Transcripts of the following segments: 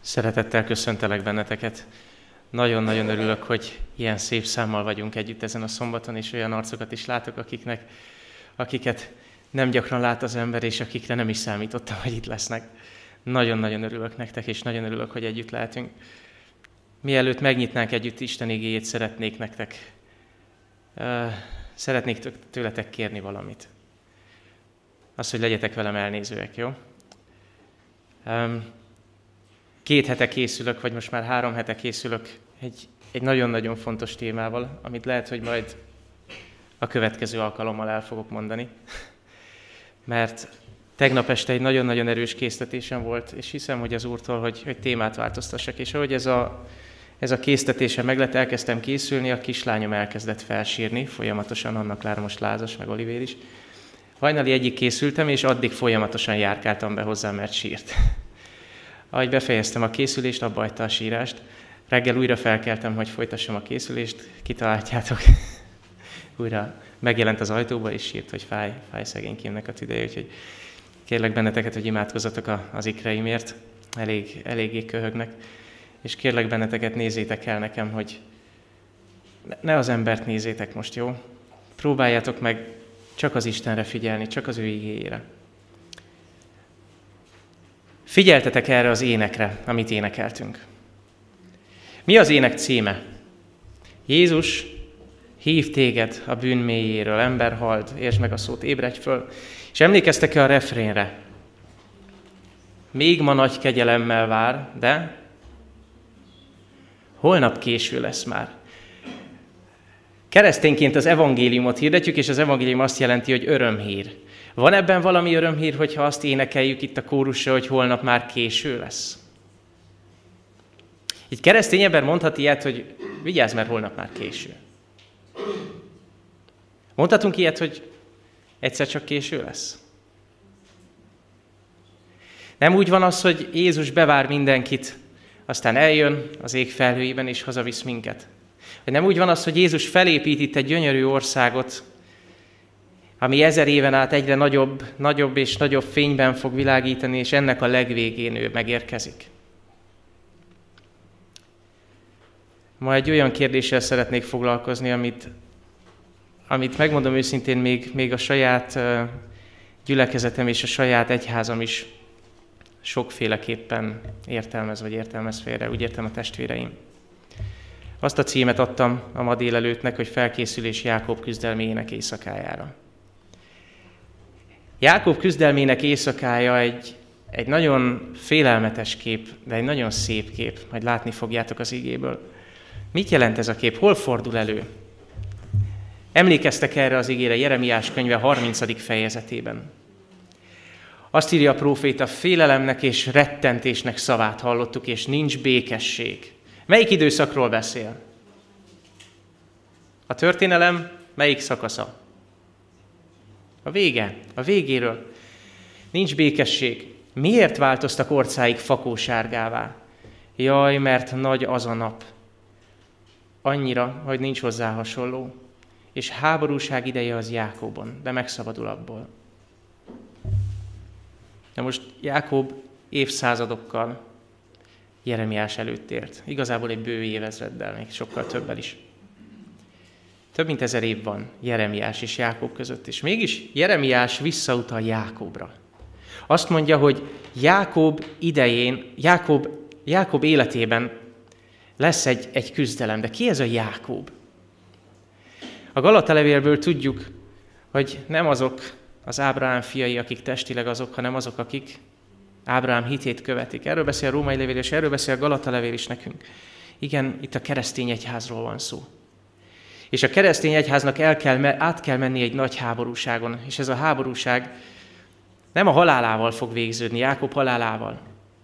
Szeretettel köszöntelek benneteket. Nagyon-nagyon örülök, hogy ilyen szép számmal vagyunk együtt ezen a szombaton, és olyan arcokat is látok, akiket nem gyakran lát az ember, és akikre nem is számítottam, hogy itt lesznek. Nagyon-nagyon örülök nektek, és nagyon örülök, hogy együtt lehetünk. Mielőtt megnyitnánk együtt Isten igéjét, szeretnék tőletek kérni valamit. Az, hogy legyetek velem elnézőek, jó? 2 hete készülök, vagy most már 3 hete készülök egy nagyon-nagyon fontos témával, amit lehet, hogy majd a következő alkalommal el fogok mondani. Mert tegnap este egy nagyon-nagyon erős késztetésem volt, és hiszem, hogy az Úrtól, hogy témát változtassak. És ahogy ez a késztetésem meg lett, elkezdtem készülni, a kislányom elkezdett felsírni, folyamatosan, Anna Klár most lázas, meg Olivér is. Hajnali 1-ig készültem, és addig folyamatosan járkáltam be hozzá, mert sírt. Ahogy befejeztem a készülést, abba hagyta a sírást. Reggel újra felkeltem, hogy folytassam a készülést, kitaláljátok. Újra megjelent az ajtóba, és sírt, hogy fáj szegénykémnek a tüdeje, úgyhogy kérlek benneteket, hogy imádkozzatok az ikreimért, eléggé köhögnek. És kérlek benneteket, nézzétek el nekem, hogy ne az embert nézzétek most, jó? Próbáljátok meg csak az Istenre figyelni, csak az ő igéjére. Figyeltetek erre az énekre, amit énekeltünk. Mi az ének címe? Jézus hív téged a bűn mélyéről, ember hald, értsd meg a szót, ébredj föl. És emlékeztek-e a refrénre? Még ma nagy kegyelemmel vár, de holnap késő lesz már. Keresztényként az evangéliumot hirdetjük, és az evangélium azt jelenti, hogy örömhír. Van ebben valami örömhír, hogyha azt énekeljük itt a kórusra, hogy holnap már késő lesz? Egy keresztény ember mondhat ilyet, hogy vigyázz, mert holnap már késő. Mondhatunk ilyet, hogy egyszer csak késő lesz? Nem úgy van az, hogy Jézus bevár mindenkit, aztán eljön az ég felhőiben és hazavisz minket. Vagy nem úgy van az, hogy Jézus felépít itt egy gyönyörű országot, ami 1000 éven át egyre nagyobb és nagyobb fényben fog világítani, és ennek a legvégén ő megérkezik. Ma egy olyan kérdéssel szeretnék foglalkozni, amit megmondom őszintén, még a saját gyülekezetem és a saját egyházam is sokféleképpen értelmez félre, úgy értem a testvéreim. Azt a címet adtam a ma délelőttnek, hogy felkészülés Jákob küzdelmének éjszakájára. Jákob küzdelmének éjszakája egy nagyon félelmetes kép, de egy nagyon szép kép, majd látni fogjátok az igéből. Mit jelent ez a kép? Hol fordul elő? Emlékeztek erre az igére Jeremiás könyve 30. fejezetében. Azt írja a próféta, félelemnek és rettentésnek szavát hallottuk, és nincs békesség. Melyik időszakról beszél? A történelem melyik szakasza? A vége, a végéről. Nincs békesség. Miért változtak orcáik fakósárgává? Jaj, mert nagy az a nap. Annyira, hogy nincs hozzá hasonló. És háborúság ideje az Jákóbon, de megszabadul abból. Na most Jákob évszázadokkal Jeremiás előtt élt. Igazából egy bő évezreddel, még sokkal többel is. Több mint 1000 év van Jeremiás és Jákob között, és mégis Jeremiás visszautal Jákobra. Azt mondja, hogy Jákob idején, Jákob életében lesz egy küzdelem. De ki ez a Jákob? A Galata levélből tudjuk, hogy nem azok az Ábrahám fiai, akik testileg azok, hanem azok, akik Ábrahám hitét követik. Erről beszél a római levél, és erről beszél a Galata levél is nekünk. Igen, itt a keresztény egyházról van szó. És a keresztény egyháznak át kell menni egy nagy háborúságon, és ez a háborúság nem a halálával fog végződni, Jákob halálával,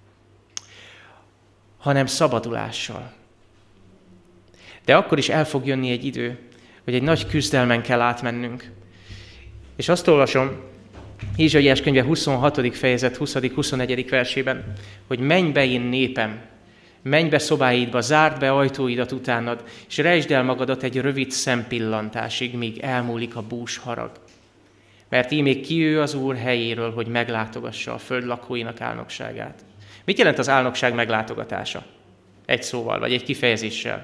hanem szabadulással. De akkor is el fog jönni egy idő, hogy egy nagy küzdelmen kell átmennünk. És azt olvasom, Ézsaiás könyve 26. fejezet 20.-21. versében, hogy menj be, én népem, menj be szobáidba, zárd be ajtóidat utánad, és rejtsd el magadat egy rövid szempillantásig, míg elmúlik a bús harag. Mert íme kijő az Úr helyéről, hogy meglátogassa a föld lakóinak álnokságát. Mit jelent az álnokság meglátogatása? Egy szóval, vagy egy kifejezéssel.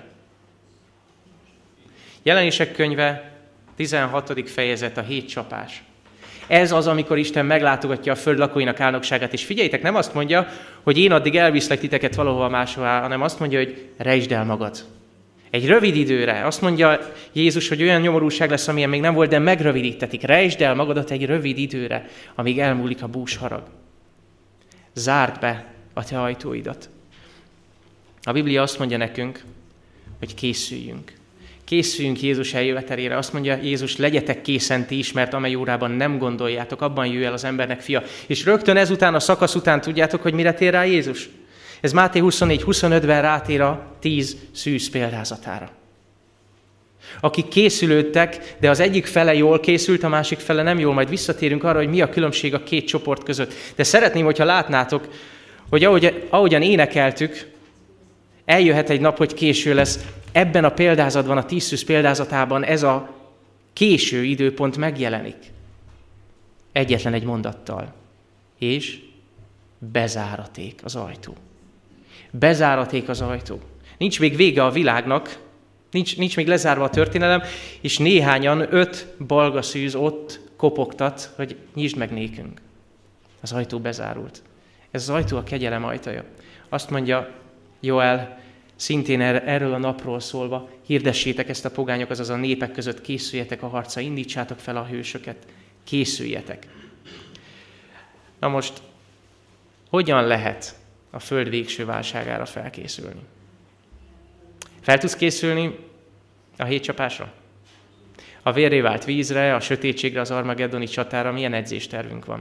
Jelenések könyve, 16. fejezet, a 7 csapás. Ez az, amikor Isten meglátogatja a föld lakóinak álnokságát. És figyeljétek, nem azt mondja, hogy én addig elviszlek titeket valahova máshová, hanem azt mondja, hogy rejtsd el magad. Egy rövid időre. Azt mondja Jézus, hogy olyan nyomorúság lesz, amilyen még nem volt, de megrövidítetik. Rejtsd el magadat egy rövid időre, amíg elmúlik a búsharag. Zárd be a te ajtóidat. A Biblia azt mondja nekünk, hogy készüljünk. Készüljünk Jézus eljövetelére. Azt mondja Jézus, legyetek készen ti is, mert amely órában nem gondoljátok, abban jöjj el az embernek fia. És rögtön ezután, a szakasz után tudjátok, hogy mire tér rá Jézus? Ez Máté 24-25-ben rátér a 10 szűz példázatára. Akik készülődtek, de az egyik fele jól készült, a másik fele nem jól, majd visszatérünk arra, hogy mi a különbség a két csoport között. De szeretném, hogyha látnátok, hogy ahogyan énekeltük, eljöhet egy nap, hogy késő lesz. Ebben a példázatban, a 10 szűz példázatában ez a késő időpont megjelenik. Egyetlen egy mondattal. És bezáraték az ajtó. Bezáraték az ajtó. Nincs még vége a világnak, nincs még lezárva a történelem, és néhányan 5 balgaszűz ott kopogtat, hogy nyisd meg nékünk. Az ajtó bezárult. Ez az ajtó a kegyelem ajtaja. Azt mondja Joel, szintén erről a napról szólva, hirdessétek ezt a pogányok, azaz a népek között, készüljetek a harcra, indítsátok fel a hősöket, készüljetek. Na most, hogyan lehet a föld végső válságára felkészülni? Fel tudsz készülni a 7 csapásra? A vérré vált vízre, a sötétségre, az armageddoni csatára milyen edzéstervünk van?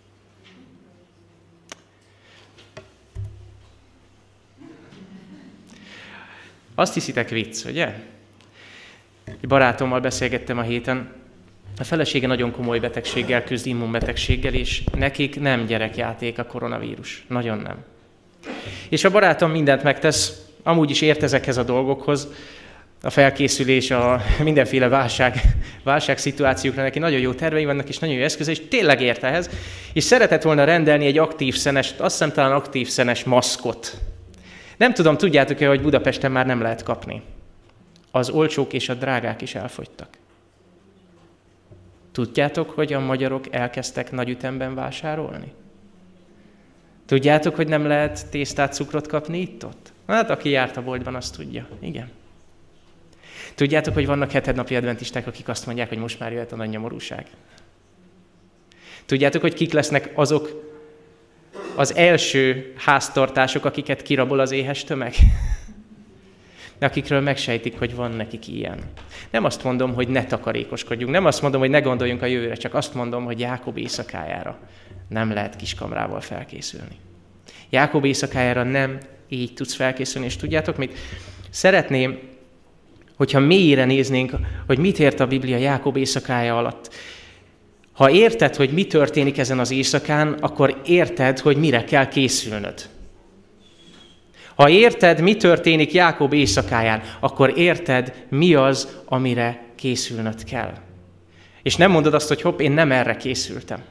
Azt hiszitek vicc, ugye? Egy barátommal beszélgettem a héten, a felesége nagyon komoly betegséggel küzd, immunbetegséggel, és nekik nem gyerekjáték a koronavírus. Nagyon nem. És a barátom mindent megtesz, amúgy is ért ezekhez a dolgokhoz, a felkészülés, a mindenféle válságszituációkra, neki nagyon jó tervei vannak, és nagyon jó eszköze, és tényleg ért ehhez, és szeretett volna rendelni egy aktív szenes, azt hiszem talán aktív szenes maszkot. Nem tudom, tudjátok-e, hogy Budapesten már nem lehet kapni. Az olcsók és a drágák is elfogytak. Tudjátok, hogy a magyarok elkezdtek nagy ütemben vásárolni? Tudjátok, hogy nem lehet tésztát, cukrot kapni itt-ott? Hát, aki járt a boltban, azt tudja. Igen. Tudjátok, hogy vannak hetednapi adventisták, akik azt mondják, hogy most már jöhet a nagy nyomorúság? Tudjátok, hogy kik lesznek azok az első háztartások, akiket kirabol az éhes tömeg? Akikről megsejtik, hogy van nekik ilyen. Nem azt mondom, hogy ne takarékoskodjunk, nem azt mondom, hogy ne gondoljunk a jövőre, csak azt mondom, hogy Jákob éjszakájára nem lehet kiskamrával felkészülni. Jákob éjszakájára nem így tudsz felkészülni, és tudjátok mit? Szeretném, hogyha mélyére néznénk, hogy mit ért a Biblia Jákob éjszakája alatt. Ha érted, hogy mi történik ezen az éjszakán, akkor érted, hogy mire kell készülnöd. Ha érted, mi történik Jákob éjszakáján, akkor érted, mi az, amire készülnöd kell. És nem mondod azt, hogy hopp, én nem erre készültem.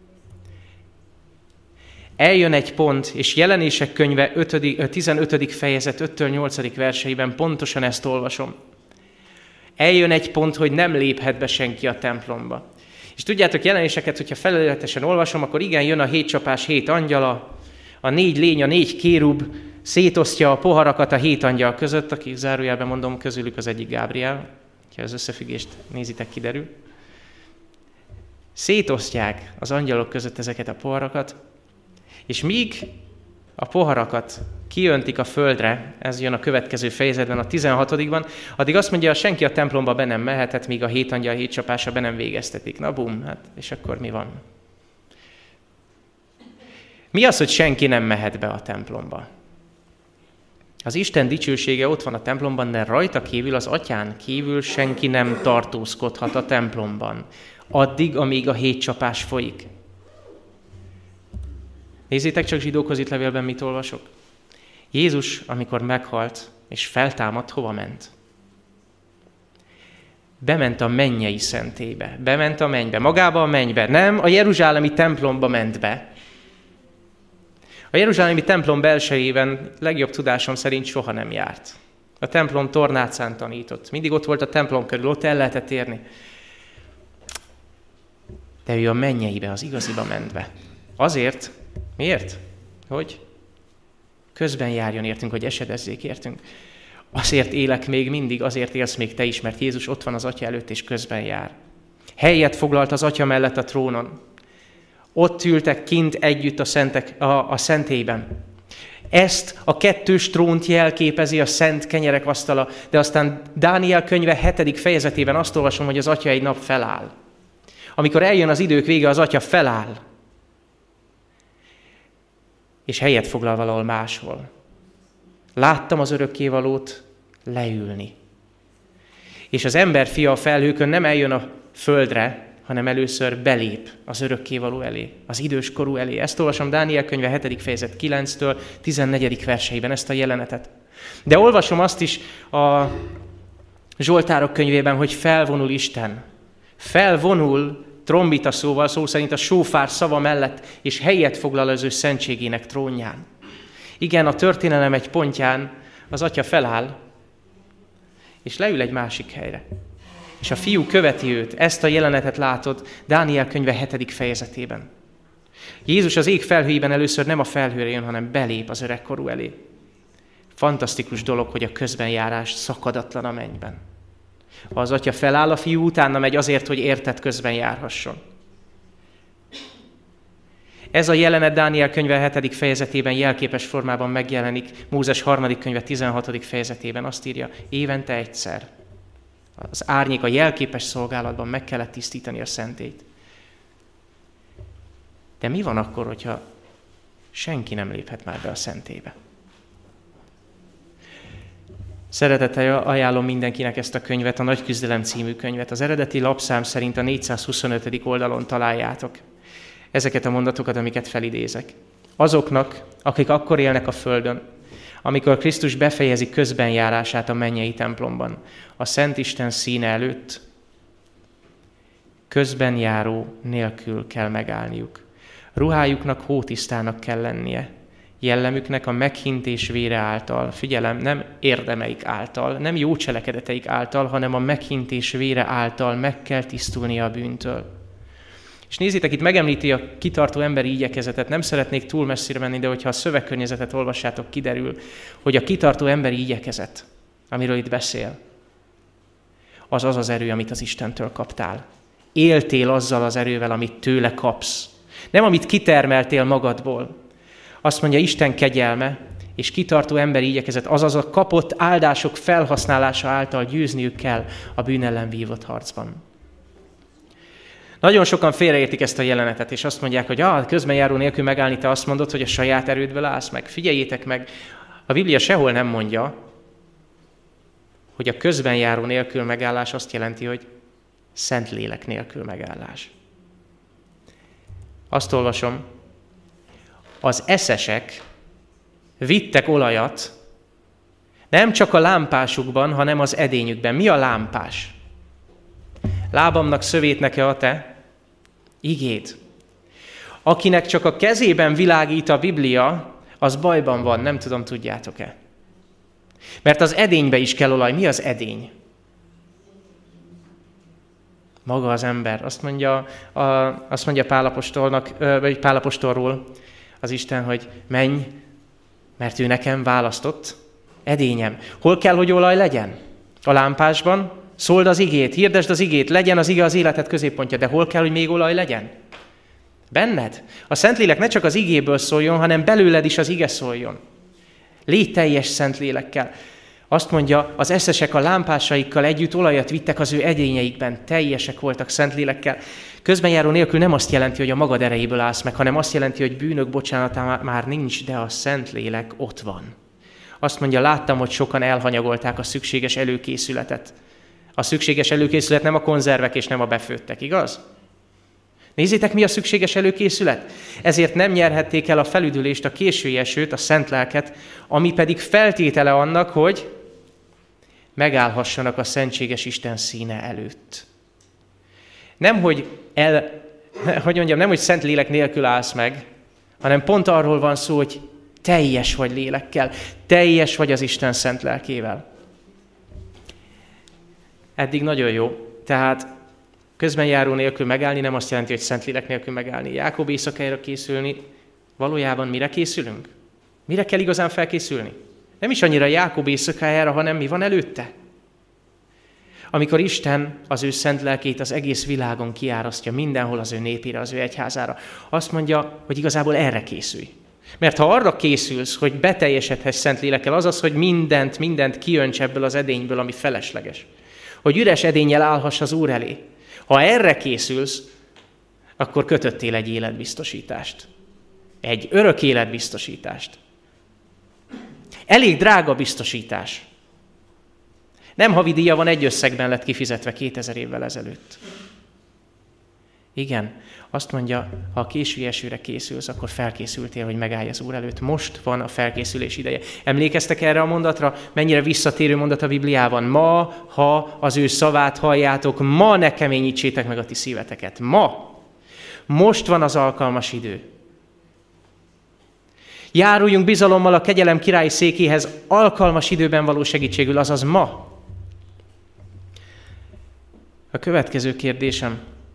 Eljön egy pont, és Jelenések könyve 15. fejezet 5-től 8. verseiben pontosan ezt olvasom. Eljön egy pont, hogy nem léphet be senki a templomba. És tudjátok, Jelenéseket, hogyha felületesen olvasom, akkor igen, jön a 7 csapás, 7 angyala, a 4 lény, a 4 kérub szétosztja a poharakat a 7 angyal között, akik zárójelben mondom, közülük az egyik Gábriel, ha az összefüggést nézitek, kiderül. Szétosztják az angyalok között ezeket a poharakat, és míg a poharakat kiöntik a földre, ez jön a következő fejezetben, a 16-ban, addig azt mondja, senki a templomba be nem mehetett, míg a 7 angyal 7 csapása be nem végeztetik. Na bum, hát és akkor mi van? Mi az, hogy senki nem mehet be a templomba? Az Isten dicsősége ott van a templomban, de rajta kívül, az atyán kívül senki nem tartózkodhat a templomban. Addig, amíg a 7 csapás folyik. Nézzétek csak Zsidókhoz itt levélben, mit olvasok. Jézus, amikor meghalt és feltámadt, hova ment? Bement a mennyei szentélybe. Bement a mennybe. Magába a mennybe. Nem, a jeruzsálemi templomba ment be. A jeruzsálemi templom belsejében legjobb tudásom szerint soha nem járt. A templom tornácán tanított. Mindig ott volt a templom körül, ott el lehetett érni. De ő a mennyeibe, az igaziba ment be. Azért, miért? Hogy közben járjon értünk, hogy esedezzék értünk. Azért élek még mindig, azért élsz még te is, mert Jézus ott van az Atya előtt, és közben jár. Helyet foglalt az Atya mellett a trónon. Ott ültek kint együtt a szentélyben. Ezt a kettős trónt jelképezi a szent kenyerek asztala, de aztán Dániel könyve 7. fejezetében azt olvasom, hogy az Atya egy nap feláll. Amikor eljön az idők vége, az Atya feláll, és helyet foglal valahol máshol. Láttam az örökkévalót leülni. És az emberfia a felhőkön nem eljön a földre, hanem először belép az örökkévaló elé, az időskorú elé. Ezt olvasom Dániel könyve 7. fejezet 9-től 14. verseiben, ezt a jelenetet. De olvasom azt is a Zsoltárok könyvében, hogy felvonul Isten. Felvonul trombita szóval, szó szerint a sófár szava mellett, és helyet foglal az ő szentségének trónján. Igen, a történelem egy pontján az Atya feláll, és leül egy másik helyre. És a fiú követi őt. Ezt a jelenetet látod Dániel könyve 7. fejezetében. Jézus az ég felhőjében először nem a felhőre jön, hanem belép az öregkorú elé. Fantasztikus dolog, hogy a közbenjárás szakadatlan a mennyben. Ha az Atya feláll, a fiú utána megy azért, hogy érted közben járhasson. Ez a jelenet Dániel könyve 7. fejezetében jelképes formában megjelenik, Mózes 3. könyve 16. fejezetében azt írja, évente egyszer. Az árnyék a jelképes szolgálatban meg kellett tisztítani a szentélyt. De mi van akkor, hogyha senki nem léphet már be a szentélybe? Szeretettel ajánlom mindenkinek ezt a könyvet, a Nagy Küzdelem című könyvet. Az eredeti lapszám szerint a 425. oldalon találjátok ezeket a mondatokat, amiket felidézek. Azoknak, akik akkor élnek a földön, amikor Krisztus befejezi közbenjárását a mennyei templomban, a Szent Isten színe előtt, közbenjáró nélkül kell megállniuk. Ruhájuknak hótisztának kell lennie, jellemüknek a meghintés vére által, figyelem, nem érdemeik által, nem jó cselekedeteik által, hanem a meghintés vére által meg kell tisztulnia a bűntől. És nézzétek, itt megemlíti a kitartó emberi igyekezetet, nem szeretnék túl messzire menni, de hogyha a szövegkörnyezetet olvassátok, kiderül, hogy a kitartó emberi igyekezet, amiről itt beszél, az az erő, amit az Istentől kaptál. Éltél azzal az erővel, amit tőle kapsz. Nem amit kitermeltél magadból. Azt mondja, Isten kegyelme és kitartó emberi igyekezet, azaz a kapott áldások felhasználása által győzniük kell a bűn ellen vívott harcban. Nagyon sokan félreértik ezt a jelenetet, és azt mondják, hogy közbenjáró nélkül megállni, te azt mondod, hogy a saját erődből állsz meg. Figyeljétek meg, a Biblia sehol nem mondja, hogy a közbenjáró nélkül megállás azt jelenti, hogy Szentlélek nélkül megállás. Azt olvasom, az eszesek vittek olajat nem csak a lámpásukban, hanem az edényükben. Mi a lámpás? Lábamnak szövétnek-e a te igéd? Akinek csak a kezében világít a Biblia, az bajban van, nem tudom, tudjátok-e. Mert az edénybe is kell olaj. Mi az edény? Maga az ember. Azt mondja Pál apostolnak, vagy Pál apostolról az Isten, hogy menj, mert ő nekem választott edényem. Hol kell, hogy olaj legyen? A lámpásban. Szóld az igét, hirdesd az igét, legyen az ige az életed középpontja, de hol kell, hogy még olaj legyen? Benned. A Szentlélek ne csak az igéből szóljon, hanem belőled is az ige szóljon. Légy teljes Szentlélekkel. Azt mondja, az eszesek a lámpásaikkal együtt olajat vittek az ő edényeikben, teljesek voltak Szentlélekkel. Közbenjáró nélkül nem azt jelenti, hogy a magad erejéből állsz meg, hanem azt jelenti, hogy bűnök bocsánata már nincs, de a Szentlélek ott van. Azt mondja, láttam, hogy sokan elhanyagolták a szükséges előkészületet. A szükséges előkészület nem a konzervek és nem a befőttek, igaz? Nézzétek, mi a szükséges előkészület? Ezért nem nyerhették el a felüdülést, a késői esőt, a szent lelket, ami pedig feltétele annak, hogy megállhassanak a szentséges Isten színe előtt. Nem, hogy Szentlélek nélkül állsz meg hanem pont arról van szó, hogy teljes vagy lélekkel, teljes vagy az Isten szent lelkével. Eddig nagyon jó. Tehát közben járó nélkül megállni nem azt jelenti, hogy Szentlélek nélkül megállni. Jákob éjszakára készülni, valójában mire készülünk? Mire kell igazán felkészülni? Nem is annyira Jákob éjszakájára, hanem mi van előtte? Amikor Isten az ő szent lelkét az egész világon kiárasztja, mindenhol az ő népére, az ő egyházára, azt mondja, hogy igazából erre készülj. Mert ha arra készülsz, hogy beteljesedhess Szentlélekkel, azaz, hogy mindent kijönts ebből az edényből, ami felesleges, hogy üres edénnyel állhass az Úr elé. Ha erre készülsz, akkor kötöttél egy életbiztosítást. Egy örök életbiztosítást. Elég drága biztosítás. Nem havidíja van, egy összegben lett kifizetve 2000 évvel ezelőtt. Igen, azt mondja, ha a késői esőre készülsz, akkor felkészültél, hogy megállj az Úr előtt. Most van a felkészülés ideje. Emlékeztek erre a mondatra? Mennyire visszatérő mondat a Bibliában? Ma, ha az ő szavát halljátok, ma ne keményítsétek meg a ti szíveteket. Ma. Most van az alkalmas idő. Járuljunk bizalommal a kegyelem királyi székéhez alkalmas időben való segítségül, azaz ma. A következő kérdésem.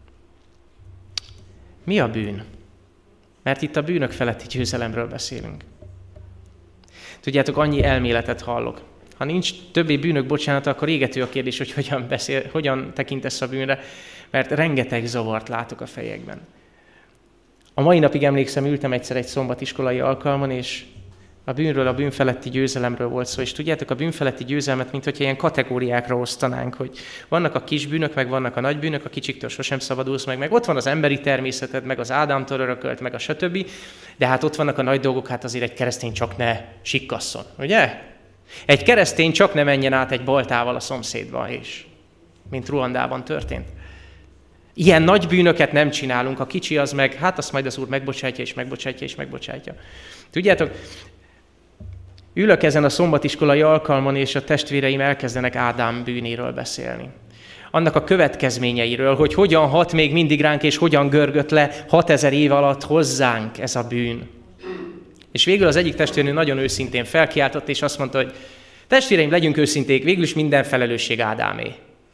Mi a bűn? Mert itt a bűnök feletti győzelemről beszélünk. Tudjátok, annyi elméletet hallok. Ha nincs többé bűnök bocsánata, akkor égető a kérdés, hogy hogyan tekintesz a bűnre, mert rengeteg zavart látok a fejekben. A mai napig emlékszem, ültem egyszer egy szombatiskolai alkalmon, és a bűnről, a bűn feletti győzelemről volt szó. És tudjátok, a bűn feletti győzelmet, mint hogyha ilyen kategóriákra osztanánk, hogy vannak a kis bűnök, meg vannak a nagy bűnök, a kicsiktől sosem szabadulsz meg ott van az emberi természeted, meg az Ádámtól örökölt, meg a stb. De hát ott vannak a nagy dolgok, hát azért egy keresztény csak ne sikkasszon, ugye? Egy keresztény csak ne menjen át egy baltával a szomszédba, és mint Ruandában történt. Ilyen nagy bűnöket nem csinálunk, a kicsi az meg, hát azt majd az Úr megbocsátja, és megbocsátja, és megbocsátja. Tudjátok, ülök ezen a szombatiskolai alkalmon, és a testvéreim elkezdenek Ádám bűnéről beszélni. Annak a következményeiről, hogy hogyan hat még mindig ránk, és hogyan görgött le 6000 év alatt hozzánk ez a bűn. És végül az egyik testvérnő nagyon őszintén felkiáltott, és azt mondta, hogy testvéreim, legyünk őszinték, végül is minden felelősség Ádámé.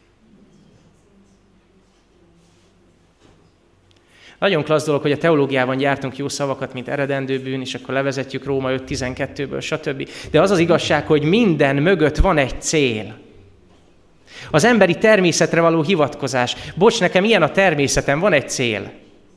Nagyon klassz dolog, hogy a teológiában gyártunk jó szavakat, mint eredendő bűn, és akkor levezetjük Róma 5.12-ből, stb. De az az igazság, hogy minden mögött van egy cél. Az emberi természetre való hivatkozás. Bocs, nekem ilyen a természetem, van egy cél.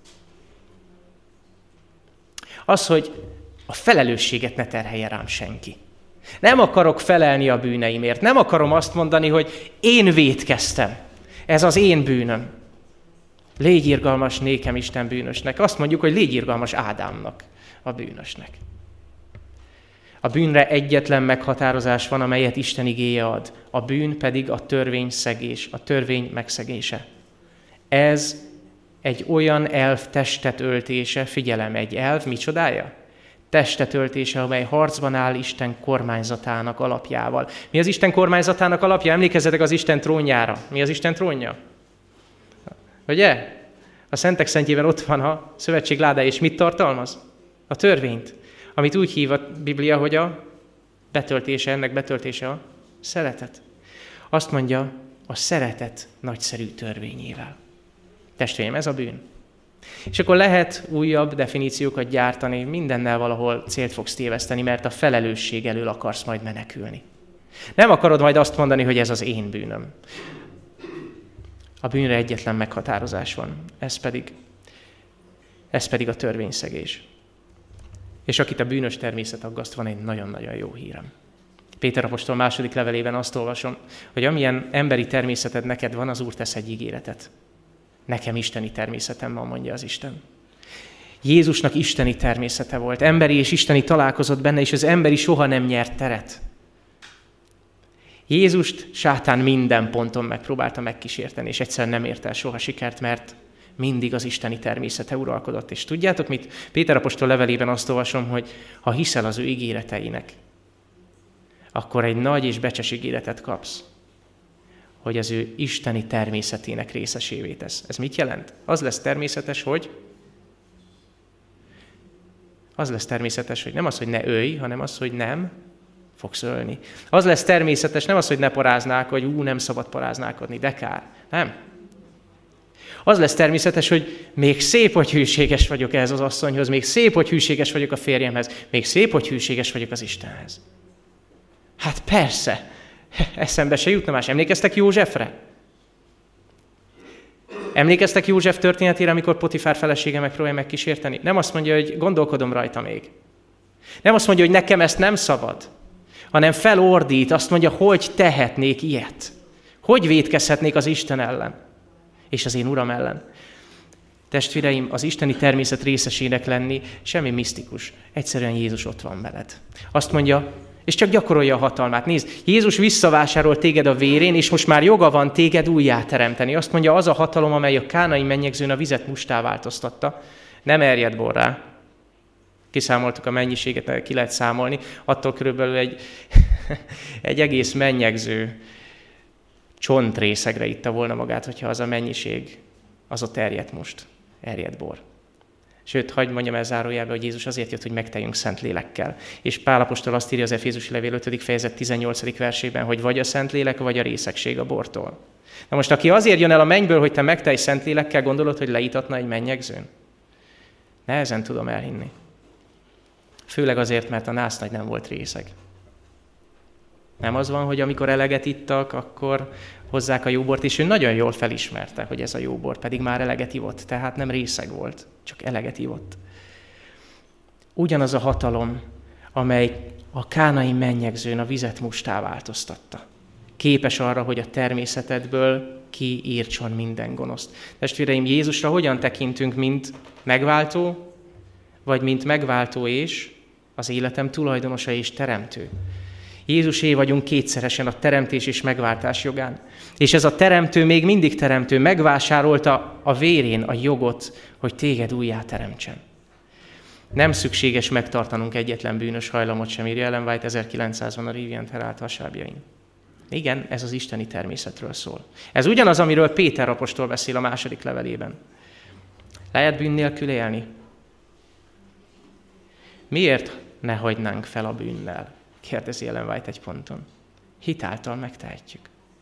Az, hogy a felelősséget ne terhelje rám senki. Nem akarok felelni a bűneimért. Nem akarom azt mondani, hogy én vétkeztem. Ez az én bűnöm. Légy irgalmas nékem, Isten bűnösnek. Azt mondjuk, hogy légy irgalmas Ádámnak, a bűnösnek. A bűnre egyetlen meghatározás van, amelyet Isten igéje ad. A bűn pedig a törvényszegés, a törvény megszegése. Ez egy olyan elv testet öltése, figyelem, egy elv, micsodája? Testet öltése, amely harcban áll Isten kormányzatának alapjával. Mi az Isten kormányzatának alapja? Emlékezzetek az Isten trónjára. Mi az Isten trónja? Ugye? A Szentek Szentjében ott van a szövetség ládája, és mit tartalmaz? A törvényt, amit úgy hív a Biblia, hogy a betöltése, ennek betöltése a szeretet. Azt mondja, a szeretet nagyszerű törvényével. Testvéreim, ez a bűn. És akkor lehet újabb definíciókat gyártani, mindennel valahol célt fogsz téveszteni, mert a felelősség elől akarsz majd menekülni. Nem akarod majd azt mondani, hogy ez az én bűnöm. A bűnre egyetlen meghatározás van, ez pedig a törvényszegés. És akit a bűnös természet aggaszt, van egy nagyon-nagyon jó hírem. Péter apostol második levelében azt olvasom, hogy amilyen emberi természeted neked van, az Úr tesz egy ígéretet. Nekem isteni természetem van, mondja az Isten. Jézusnak isteni természete volt, emberi és isteni találkozott benne, és az emberi soha nem nyert teret. Jézust sátán minden ponton megpróbálta megkísérteni, és egyszerűen nem ért el soha sikert, mert mindig az isteni természete uralkodott. És tudjátok mit? Péter apostol levelében azt olvasom, hogy ha hiszel az ő ígéreteinek, akkor egy nagy és becses ígéretet kapsz, hogy az ő isteni természetének részesévé tesz. Ez mit jelent? Az lesz természetes, hogy Az lesz természetes, hogy nem az, hogy ne ölj, hanem az, hogy nem fogsz ölni. Az lesz természetes, nem az, hogy ne paráználkodj, hogy nem szabad paráználkodni, de kár. Nem. Az lesz természetes, hogy még szép, hogy hűséges vagyok ehhez az asszonyhoz, még szép, hogy hűséges vagyok a férjemhez, még szép, hogy hűséges vagyok az Istenhez. Hát persze, eszembe se jutna más. Emlékeztek Józsefre? Emlékeztek József történetére, amikor Potifár felesége megpróbálja megkísérteni? Nem azt mondja, hogy gondolkodom rajta még. Nem azt mondja, hogy nekem ezt nem szabad, hanem felordít, azt mondja, hogy tehetnék ilyet. Hogy vétkezhetnék az Isten ellen és az én Uram ellen. Testvéreim, az isteni természet részesének lenni semmi misztikus. Egyszerűen Jézus ott van veled. Azt mondja, és csak gyakorolja a hatalmát. Nézd, Jézus visszavásárolt téged a vérén, és most már joga van téged újjáteremteni. Azt mondja, az a hatalom, amely a kánai mennyegzőn a vizet mustá változtatta, nem erjed borrá. Kiszámoltuk a mennyiséget, ki lehet számolni. Attól körülbelül egy egész mennyegző csontrészegre itta volna magát, hogyha az a mennyiség, az ott erjedt most. Erjedt bor. Sőt, hagyd mondjam el zárójelbe, hogy Jézus azért jött, hogy megteljünk szent lélekkel. És Pál apostol azt írja az Efézusi levél 5. fejezet 18. versében, hogy vagy a szent lélek, vagy a részegség a bortól. Na most, aki azért jön el a mennyből, hogy te megtelj szent lélekkel, gondolod, hogy leítatna egy mennyegzőn? Nehezen tudom elhinni. Főleg azért, mert a násznagy nem volt részeg. Nem az van, hogy amikor eleget ittak, akkor hozzák a jóbort, és ő nagyon jól felismerte, hogy ez a jóbor, pedig már eleget ivott, tehát nem részeg volt, csak eleget ivott. Ugyanaz a hatalom, amely a kánai mennyegzőn a vizet mustá változtatta. Képes arra, hogy a természetedből kiírtson minden gonoszt. Testvéreim, Jézusra hogyan tekintünk, mint megváltó, vagy mint megváltó és az életem tulajdonosa és teremtő? Jézusé vagyunk kétszeresen a teremtés és megváltás jogán. És ez a teremtő még mindig teremtő, megvásárolta a vérén a jogot, hogy téged újjá teremtsen. Nem szükséges megtartanunk egyetlen bűnös hajlamot sem, írja Ellen White 1900-ban a Rivian Herald hasábjain. Igen, ez az isteni természetről szól. Ez ugyanaz, amiről Péter apostol beszél a második levelében. Lehet bűn nélkül élni? Miért ne hagynánk fel a bűnnel? Kérdezi Ellen White egy ponton. Hitáltal megtehetjük.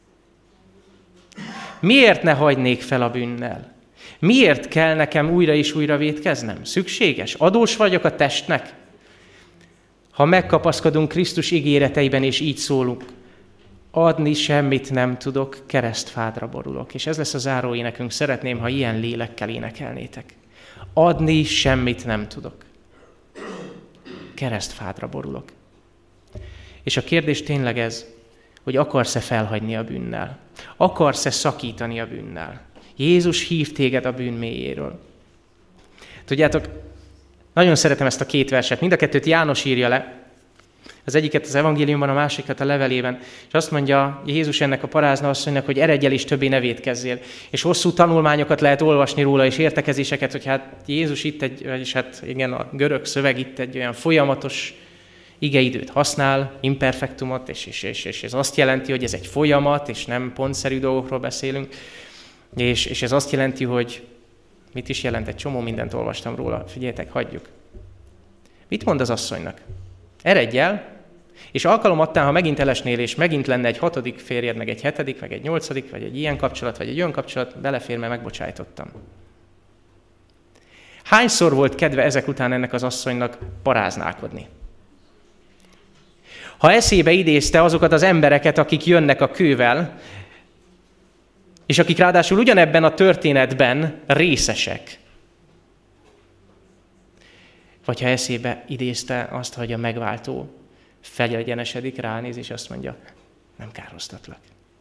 Miért ne hagynék fel a bűnnel? Miért kell nekem újra és újra vétkeznem? Szükséges? Adós vagyok a testnek? Ha megkapaszkodunk Krisztus ígéreteiben, és így szólunk, adni semmit nem tudok, keresztfádra borulok. És ez lesz a záró énekünk. Szeretném, ha ilyen lélekkel énekelnétek. Adni semmit nem tudok. Keresztfádra borulok. És a kérdés tényleg ez, hogy akarsz-e felhagyni a bűnnel? Akarsz-e szakítani a bűnnel? Jézus hív téged a bűn mélyéről. Tudjátok, nagyon szeretem ezt a két verset. Mind a kettőt János írja le. Az egyiket az evangéliumban, a másikat a levelében. És azt mondja Jézus ennek a parázna asszonynak, hogy eredj el és többé ne vétkezzél. És hosszú tanulmányokat lehet olvasni róla, és értekezéseket, hogy hát Jézus itt vagyis hát igen, a görög szöveg itt egy olyan folyamatos igeidőt használ, imperfektumot, és ez azt jelenti, hogy ez egy folyamat, és nem pontszerű dolgokról beszélünk. És ez azt jelenti, hogy mit is jelent, egy csomó mindent olvastam róla. Figyeljetek, hagyjuk. Mit mond az asszonynak? Eredj el, és alkalomattán, ha megint elesnél, és megint lenne egy 6. férjed, meg egy 7., meg egy 8., vagy egy ilyen kapcsolat, vagy egy olyan kapcsolat, belefér, mert megbocsájtottam. Hányszor volt kedve ezek után ennek az asszonynak paráználkodni? Ha eszébe idézte azokat az embereket, akik jönnek a kővel, és akik ráadásul ugyanebben a történetben részesek, vagy ha eszébe idézte azt, hogy a megváltó felegyenesedik, ránéz, és azt mondja, nem károztatlak.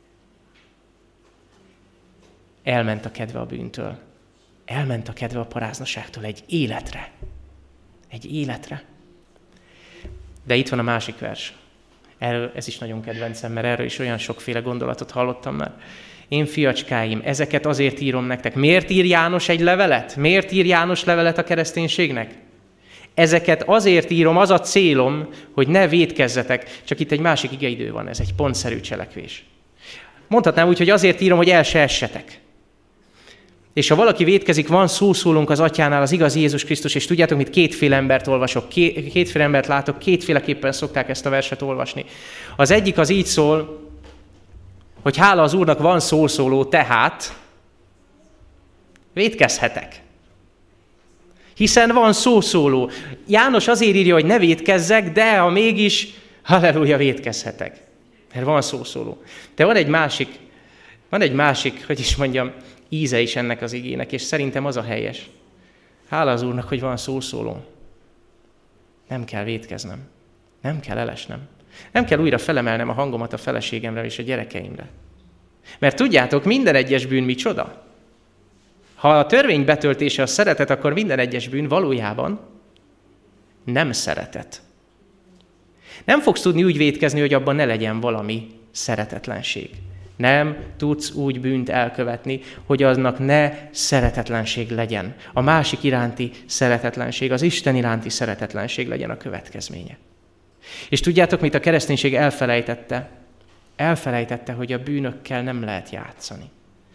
Elment a kedve a bűntől. Elment a kedve a paráznaságtól egy életre. Egy életre. De itt van a másik vers. Ez is nagyon kedvencem, mert erről is olyan sokféle gondolatot hallottam már. Én fiacskáim, ezeket azért írom nektek. Miért ír János egy levelet? Miért ír János levelet a kereszténységnek? Ezeket azért írom, az a célom, hogy ne vétkezzetek. Csak itt egy másik igeidő van, ez egy pontszerű cselekvés. Mondhatnám úgy, hogy azért írom, hogy el se essetek. És ha valaki vétkezik, van szószólónk az Atyánál, az igazi Jézus Krisztus, és tudjátok, mit kétféle embert olvasok, kétféle embert látok, kétféleképpen szokták ezt a verset olvasni. Az egyik az így szól, hogy hála az Úrnak van szószóló, tehát vétkezhetek. Hiszen van szószóló. János azért írja, hogy ne vétkezzek, de ha mégis, halleluja, vétkezhetek. Mert van szószóló. De van egy másik, hogy is mondjam, íze is ennek az igének, és szerintem az a helyes. Hála az Úrnak, hogy van szószóló. Nem kell vétkeznem. Nem kell elesnem. Nem kell újra felemelnem a hangomat a feleségemre és a gyerekeimre. Mert tudjátok, minden egyes bűn micsoda? Ha a törvény betöltése a szeretet, akkor minden egyes bűn valójában nem szeretet. Nem fogsz tudni úgy vétkezni, hogy abban ne legyen valami szeretetlenség. Nem tudsz úgy bűnt elkövetni, hogy aznak ne szeretetlenség legyen. A másik iránti szeretetlenség, az Isten iránti szeretetlenség legyen a következménye. És tudjátok, mit a kereszténység elfelejtette? Elfelejtette, hogy a bűnökkel nem lehet játszani.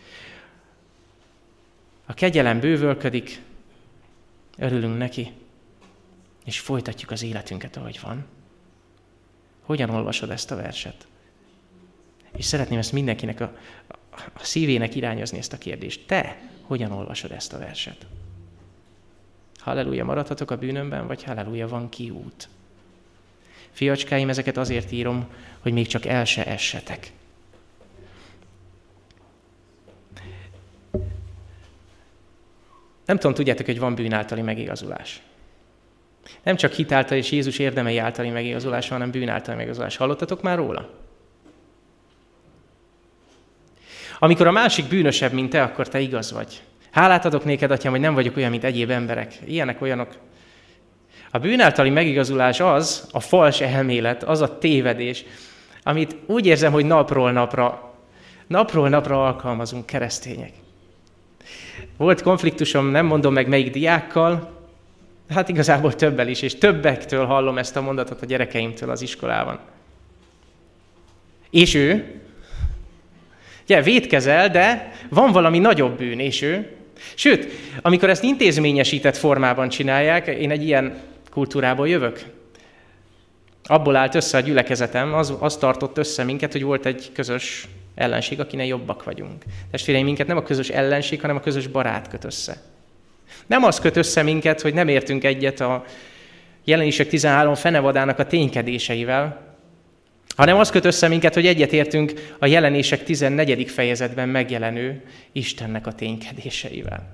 A kegyelem bővölködik, örülünk neki, és folytatjuk az életünket, ahogy van. Hogyan olvasod ezt a verset? És szeretném ezt mindenkinek a szívének irányozni ezt a kérdést. Te hogyan olvasod ezt a verset? Halleluja, maradhatok a bűnömben, vagy halleluja, van kiút? Fiacskáim, ezeket azért írom, hogy még csak el se essetek. Nem tudom, tudjátok, hogy van bűn általi megigazulás. Nem csak hit által és Jézus érdemei általi megigazulás, hanem bűn általi megigazulás. Hallottatok már róla? Amikor a másik bűnösebb, mint te, akkor te igaz vagy. Hálát adok néked, Atyám, hogy nem vagyok olyan, mint egyéb emberek. Ilyenek, olyanok. A bűn általi megigazulás az, a fals elmélet, az a tévedés, amit úgy érzem, hogy napról napra alkalmazunk keresztények. Volt konfliktusom, nem mondom meg melyik diákkal, hát igazából többel is, és többektől hallom ezt a mondatot a gyerekeimtől az iskolában. És ő, ugye, vétkezel, de van valami nagyobb bűn, és ő. Sőt, amikor ezt intézményesített formában csinálják, én egy ilyen kultúrából jövök. Abból állt össze a gyülekezetem, az tartott össze minket, hogy volt egy közös ellenség, akinek jobbak vagyunk. Testvéreim, minket nem a közös ellenség, hanem a közös barát köt össze. Nem az köt össze minket, hogy nem értünk egyet a Jelenések 13 fenevadának a ténykedéseivel, hanem az köt össze minket, hogy egyetértünk a Jelenések 14. fejezetben megjelenő Istennek a ténykedéseivel.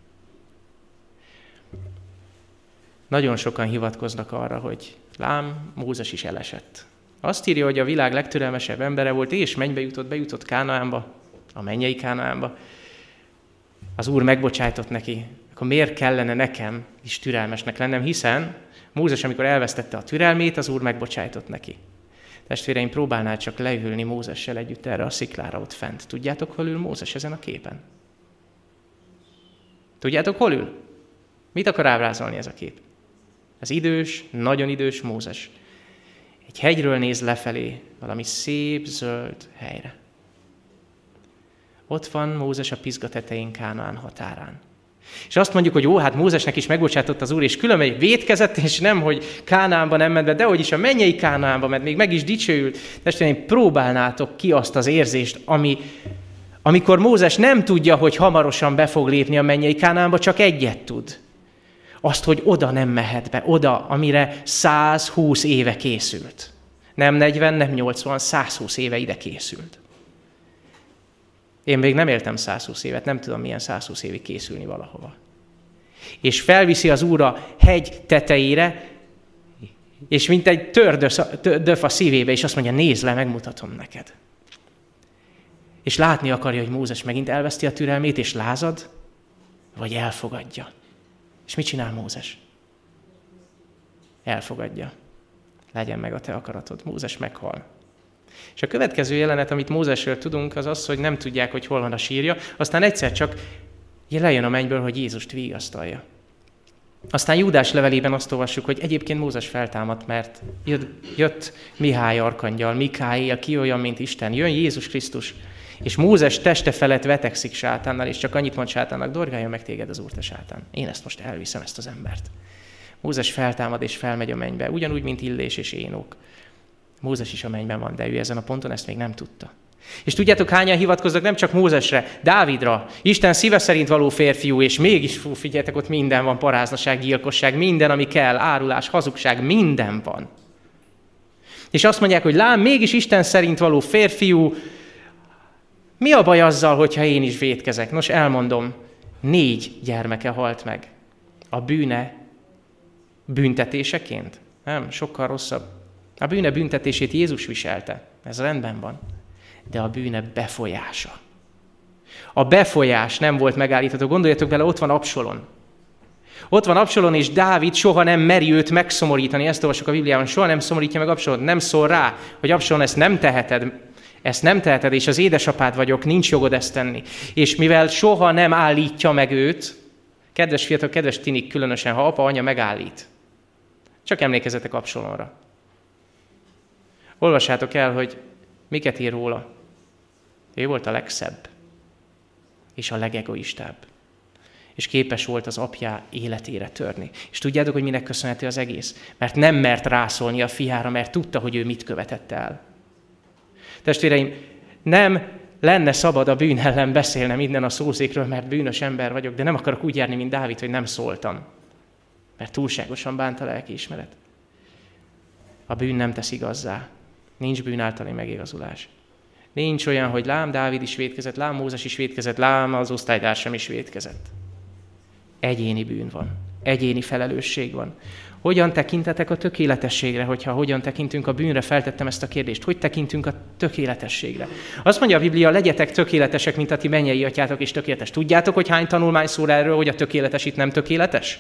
Nagyon sokan hivatkoznak arra, hogy lám, Mózes is elesett. Azt írja, hogy a világ legtürelmesebb embere volt, és bejutott Kánaánba, a mennyei Kánaánba. Az Úr megbocsájtott neki. Akkor miért kellene nekem is türelmesnek lennem, hiszen Mózes, amikor elvesztette a türelmét, az Úr megbocsájtott neki. Testvéreim, próbálnál csak leülni Mózessel együtt erre a sziklára ott fent. Tudjátok, hol ül Mózes ezen a képen? Tudjátok, hol ül? Mit akar ábrázolni ez a kép? Az idős, nagyon idős Mózes. Egy hegyről néz lefelé, valami szép, zöld helyre. Ott van Mózes a Pizga tetején, Kánaán határán. És azt mondjuk, hogy jó, hát Mózesnek is megbocsátott az Úr, és különben vétkezett, és nem, hogy Kánaánba nem ment be, de hogy is a mennyei Kánaánba ment, még meg is dicsőült. Testvéreim, próbálnátok ki azt az érzést, amikor Mózes nem tudja, hogy hamarosan be fog lépni a mennyei Kánaánba, csak egyet tud. Azt, hogy oda nem mehet be, oda, amire 120 éve készült. Nem 40, nem 80, 120 éve ide készült. Én még nem éltem 120 évet, nem tudom, milyen 120 évig készülni valahova. És felviszi az Úr a hegy tetejére, és mint egy döf a szívébe, és azt mondja, nézd le, megmutatom neked. És látni akarja, hogy Mózes megint elveszti a türelmét, és lázad, vagy elfogadja. És mit csinál Mózes? Elfogadja. Legyen meg a te akaratod. Mózes meghal. És a következő jelenet, amit Mózesről tudunk, az az, hogy nem tudják, hogy hol van a sírja, aztán egyszer csak lejön a mennyből, hogy Jézust vigasztalja. Aztán Júdás levelében azt olvassuk, hogy egyébként Mózes feltámadt, mert jött Mihály arkangyal, Mikáél, ki olyan, mint Isten, jön Jézus Krisztus, És Mózes teste felett vetekszik sátánnal, és csak annyit mond sátánnak, dorgáljon meg téged az Úr, te sátán. Én ezt most elviszem, ezt az embert. Mózes feltámad és felmegy a mennybe, ugyanúgy, mint Illés és Énok. Mózes is a mennyben van, de ő ezen a ponton ezt még nem tudta. És tudjátok, hányan hivatkoznak nem csak Mózesre, Dávidra, Isten szíve szerint való férfiú, és mégis, figyeljetek, ott minden van, paráznaság, gyilkosság, minden, ami kell, árulás, hazugság, minden van. És azt mondják, hogy lám, mégis Isten szerint való férfiú, mi a baj azzal, hogyha én is vétkezek? Nos, elmondom, 4 gyermeke halt meg. A bűne büntetéseként? Nem, sokkal rosszabb. A bűne büntetését Jézus viselte. Ez rendben van. De a bűne befolyása. A befolyás nem volt megállítható. Gondoljatok bele, ott van Absalom. Ott van Absalom, és Dávid soha nem meri őt megszomorítani. Ezt olvasok a Bibliában, soha nem szomorítja meg Absalom. Nem szól rá, hogy Absalom, ezt nem teheted, és az édesapád vagyok, nincs jogod ezt tenni. És mivel soha nem állítja meg őt, kedves fiatal, kedves tinik, különösen, ha apa, anya megállít. Csak emlékezzetek Absalomra. Olvassátok el, hogy miket ír róla. Ő volt a legszebb, és a legegoistább. És képes volt az apjá életére törni. És tudjátok, hogy minek köszönhető az egész? Mert nem mert rászólni a fiára, mert tudta, hogy ő mit követett el. Testvéreim, nem lenne szabad a bűn ellen beszélnem innen a szószékről, mert bűnös ember vagyok, de nem akarok úgy járni, mint Dávid, hogy nem szóltam. Mert túlságosan bánt a lelkiismeret. A bűn nem tesz igazzá. Nincs bűn általi megigazulás. Nincs olyan, hogy lám Dávid is vétkezett, lám Mózes is vétkezett, lám az osztálytársam is vétkezett. Egyéni bűn van. Egyéni felelősség van. Hogyan tekintetek a tökéletességre, hogyha hogyan tekintünk a bűnre? Feltettem ezt a kérdést. Hogy tekintünk a tökéletességre? Azt mondja a Biblia, legyetek tökéletesek, mint a ti mennyei atyátok is tökéletes. Tudjátok, hogy hány tanulmány szól erről, hogy a tökéletes itt nem tökéletes?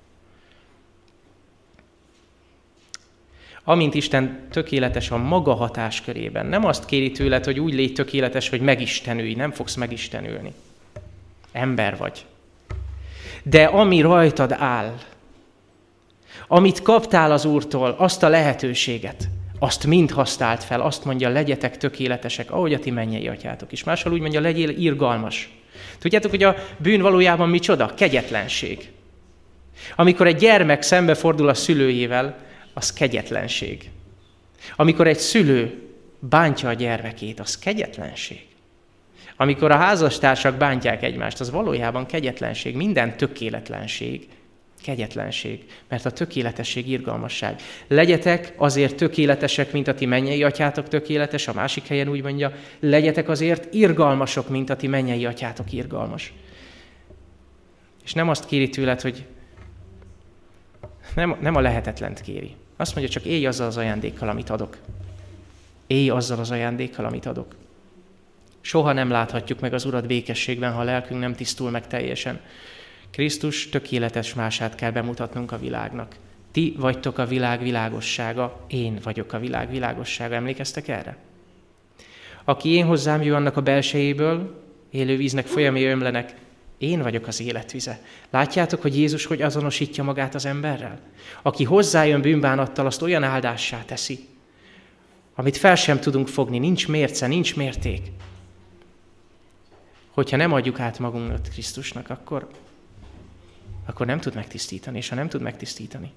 Amint Isten tökéletes a maga hatáskörében. Nem azt kéri tőled, hogy úgy légy tökéletes, hogy megistenülj. Nem fogsz megistenülni. Ember vagy. De ami rajtad áll, amit kaptál az Úrtól, azt a lehetőséget, azt mind használd fel. Azt mondja, legyetek tökéletesek, ahogy a ti mennyei atyátok is. Máshol úgy mondja, legyél irgalmas. Tudjátok, hogy a bűn valójában micsoda? Kegyetlenség. Amikor egy gyermek szembefordul a szülőjével, az kegyetlenség. Amikor egy szülő bántja a gyermekét, az kegyetlenség. Amikor a házastársak bántják egymást, az valójában kegyetlenség. Minden tökéletlenség kegyetlenség, mert a tökéletesség irgalmasság. Legyetek azért tökéletesek, mint a ti mennyei atyátok tökéletes, a másik helyen úgy mondja, legyetek azért irgalmasok, mint a ti mennyei atyátok irgalmas. És nem azt kéri tőled, hogy nem a lehetetlent kéri. Azt mondja, csak élj azzal az ajándékkal, amit adok. Élj azzal az ajándékkal, amit adok. Soha nem láthatjuk meg az Urat békességben, ha a lelkünk nem tisztul meg teljesen. Krisztus tökéletes mását kell bemutatnunk a világnak. Ti vagytok a világ világossága, én vagyok a világ világossága. Emlékeztek erre? Aki én hozzám jön, annak a belsejéből élő víznek folyamai ömlenek, én vagyok az életvize. Látjátok, hogy Jézus hogy azonosítja magát az emberrel? Aki hozzájön bűnbánattal, azt olyan áldássá teszi, amit fel sem tudunk fogni, nincs mérce, nincs mérték. Hogyha nem adjuk át magunkat Krisztusnak, akkor nem tud megtisztítani, és ha nem tud megtisztítani.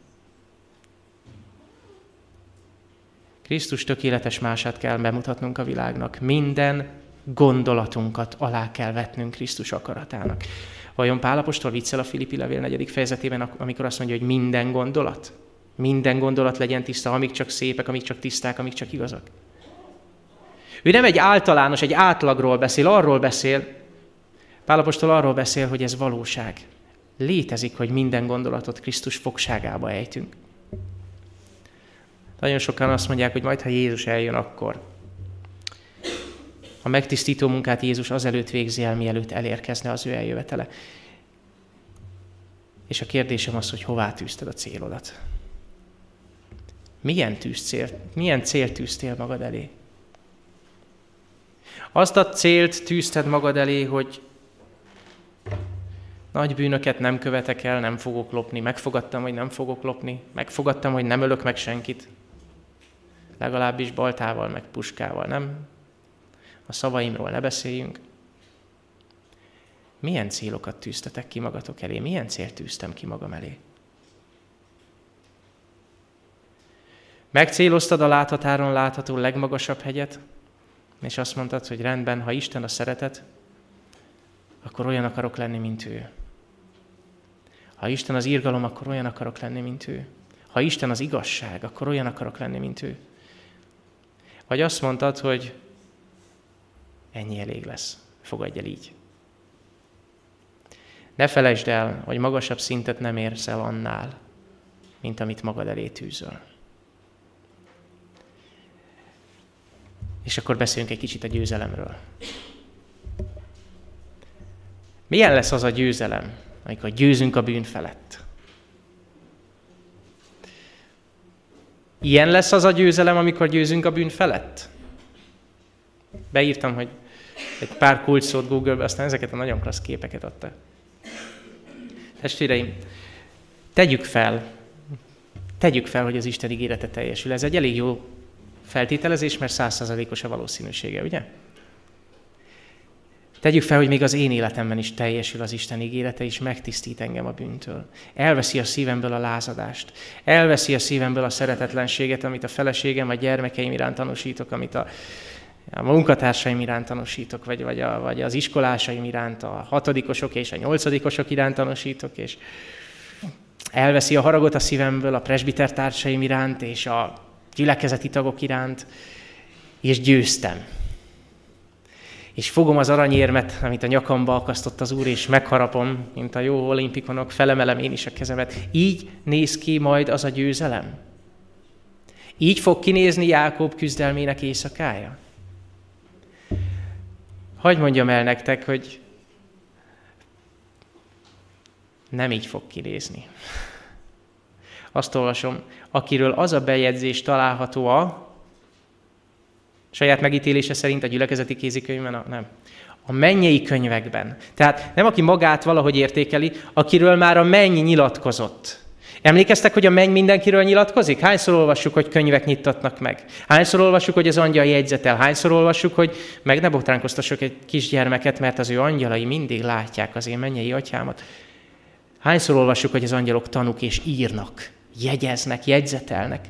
Krisztus tökéletes mását kell bemutatnunk a világnak. Minden gondolatunkat alá kell vetnünk Krisztus akaratának. Vajon Pál apostol viccel a Filippi levél 4. fejezetében, amikor azt mondja, hogy minden gondolat legyen tiszta, amíg csak szépek, amíg csak tiszták, amíg csak igazak. Ő nem egy általános, egy átlagról beszél, arról beszél, Pál apostol arról beszél, hogy ez valóság. Létezik, hogy minden gondolatot Krisztus fogságába ejtünk. Nagyon sokan azt mondják, hogy majd, ha Jézus eljön, akkor. A megtisztító munkát Jézus azelőtt végzi el, mielőtt elérkezne az ő eljövetele. És a kérdésem az, hogy hová tűzted a célodat? Milyen célt tűztél magad elé? Azt a célt tűzted magad elé, hogy nagy bűnöket nem követek el, nem fogok lopni. Megfogadtam, hogy nem fogok lopni. Megfogadtam, hogy nem ölök meg senkit. Legalábbis baltával, meg puskával, nem? a szavaimról ne beszéljünk. Milyen célokat tűztetek ki magatok elé? Milyen célt tűztem ki magam elé? Megcéloztad a láthatáron látható legmagasabb hegyet, és azt mondtad, hogy rendben, ha Isten a szeretet, akkor olyan akarok lenni, mint ő. Ha Isten az irgalom, akkor olyan akarok lenni, mint ő. Ha Isten az igazság, akkor olyan akarok lenni, mint ő. Vagy azt mondtad, hogy ennyi elég lesz, fogadj el így. Ne felejtsd el, hogy magasabb szintet nem érsz el annál, mint amit magad elé tűzöl. És akkor beszéljünk egy kicsit a győzelemről. Milyen lesz az a győzelem, amikor győzünk a bűn felett? Ilyen lesz az a győzelem, amikor győzünk a bűn felett? Beírtam, hogy egy pár kulcsszót Google-be, aztán ezeket a nagyon klassz képeket adta. Testvéreim, tegyük fel, hogy az Isten ígérete teljesül. Ez egy elég jó feltételezés, mert 100%-os a valószínűsége, ugye? Tegyük fel, hogy még az én életemben is teljesül az Isten ígérete, és megtisztít engem a bűntől. Elveszi a szívemből a lázadást. Elveszi a szívemből a szeretetlenséget, amit a feleségem, a gyermekeim iránt tanúsítok, amit a munkatársaim iránt tanúsítok, vagy az iskolásaim iránt, a 6-osok és a 8-osok iránt tanúsítok, és elveszi a haragot a szívemből a presbitertársaim iránt, és a gyülekezeti tagok iránt, és győztem. És fogom az aranyérmet, amit a nyakamba akasztott az Úr, és megharapom, mint a jó olimpikonok, felemelem én is a kezemet. Így néz ki majd az a győzelem? Így fog kinézni Jákob küzdelmének éjszakája? Hadd mondjam el nektek, hogy nem így fog kinézni. Azt olvasom, akiről az a bejegyzés található a saját megítélése szerint a gyülekezeti kézikönyvben, nem. A mennyei könyvekben. Tehát nem aki magát valahogy értékeli, akiről már a menny nyilatkozott. Emlékeztek, hogy a menny mindenkiről nyilatkozik? Hányszor olvassuk, hogy könyvek nyittatnak meg? Hányszor olvassuk, hogy az angyal jegyzetel? Hányszor olvassuk, hogy meg ne botránkoztassuk egy kisgyermeket, mert az ő angyalai mindig látják az én mennyei atyámat. Hányszor olvassuk, hogy az angyalok tanúk és írnak, jegyeznek, jegyzetelnek?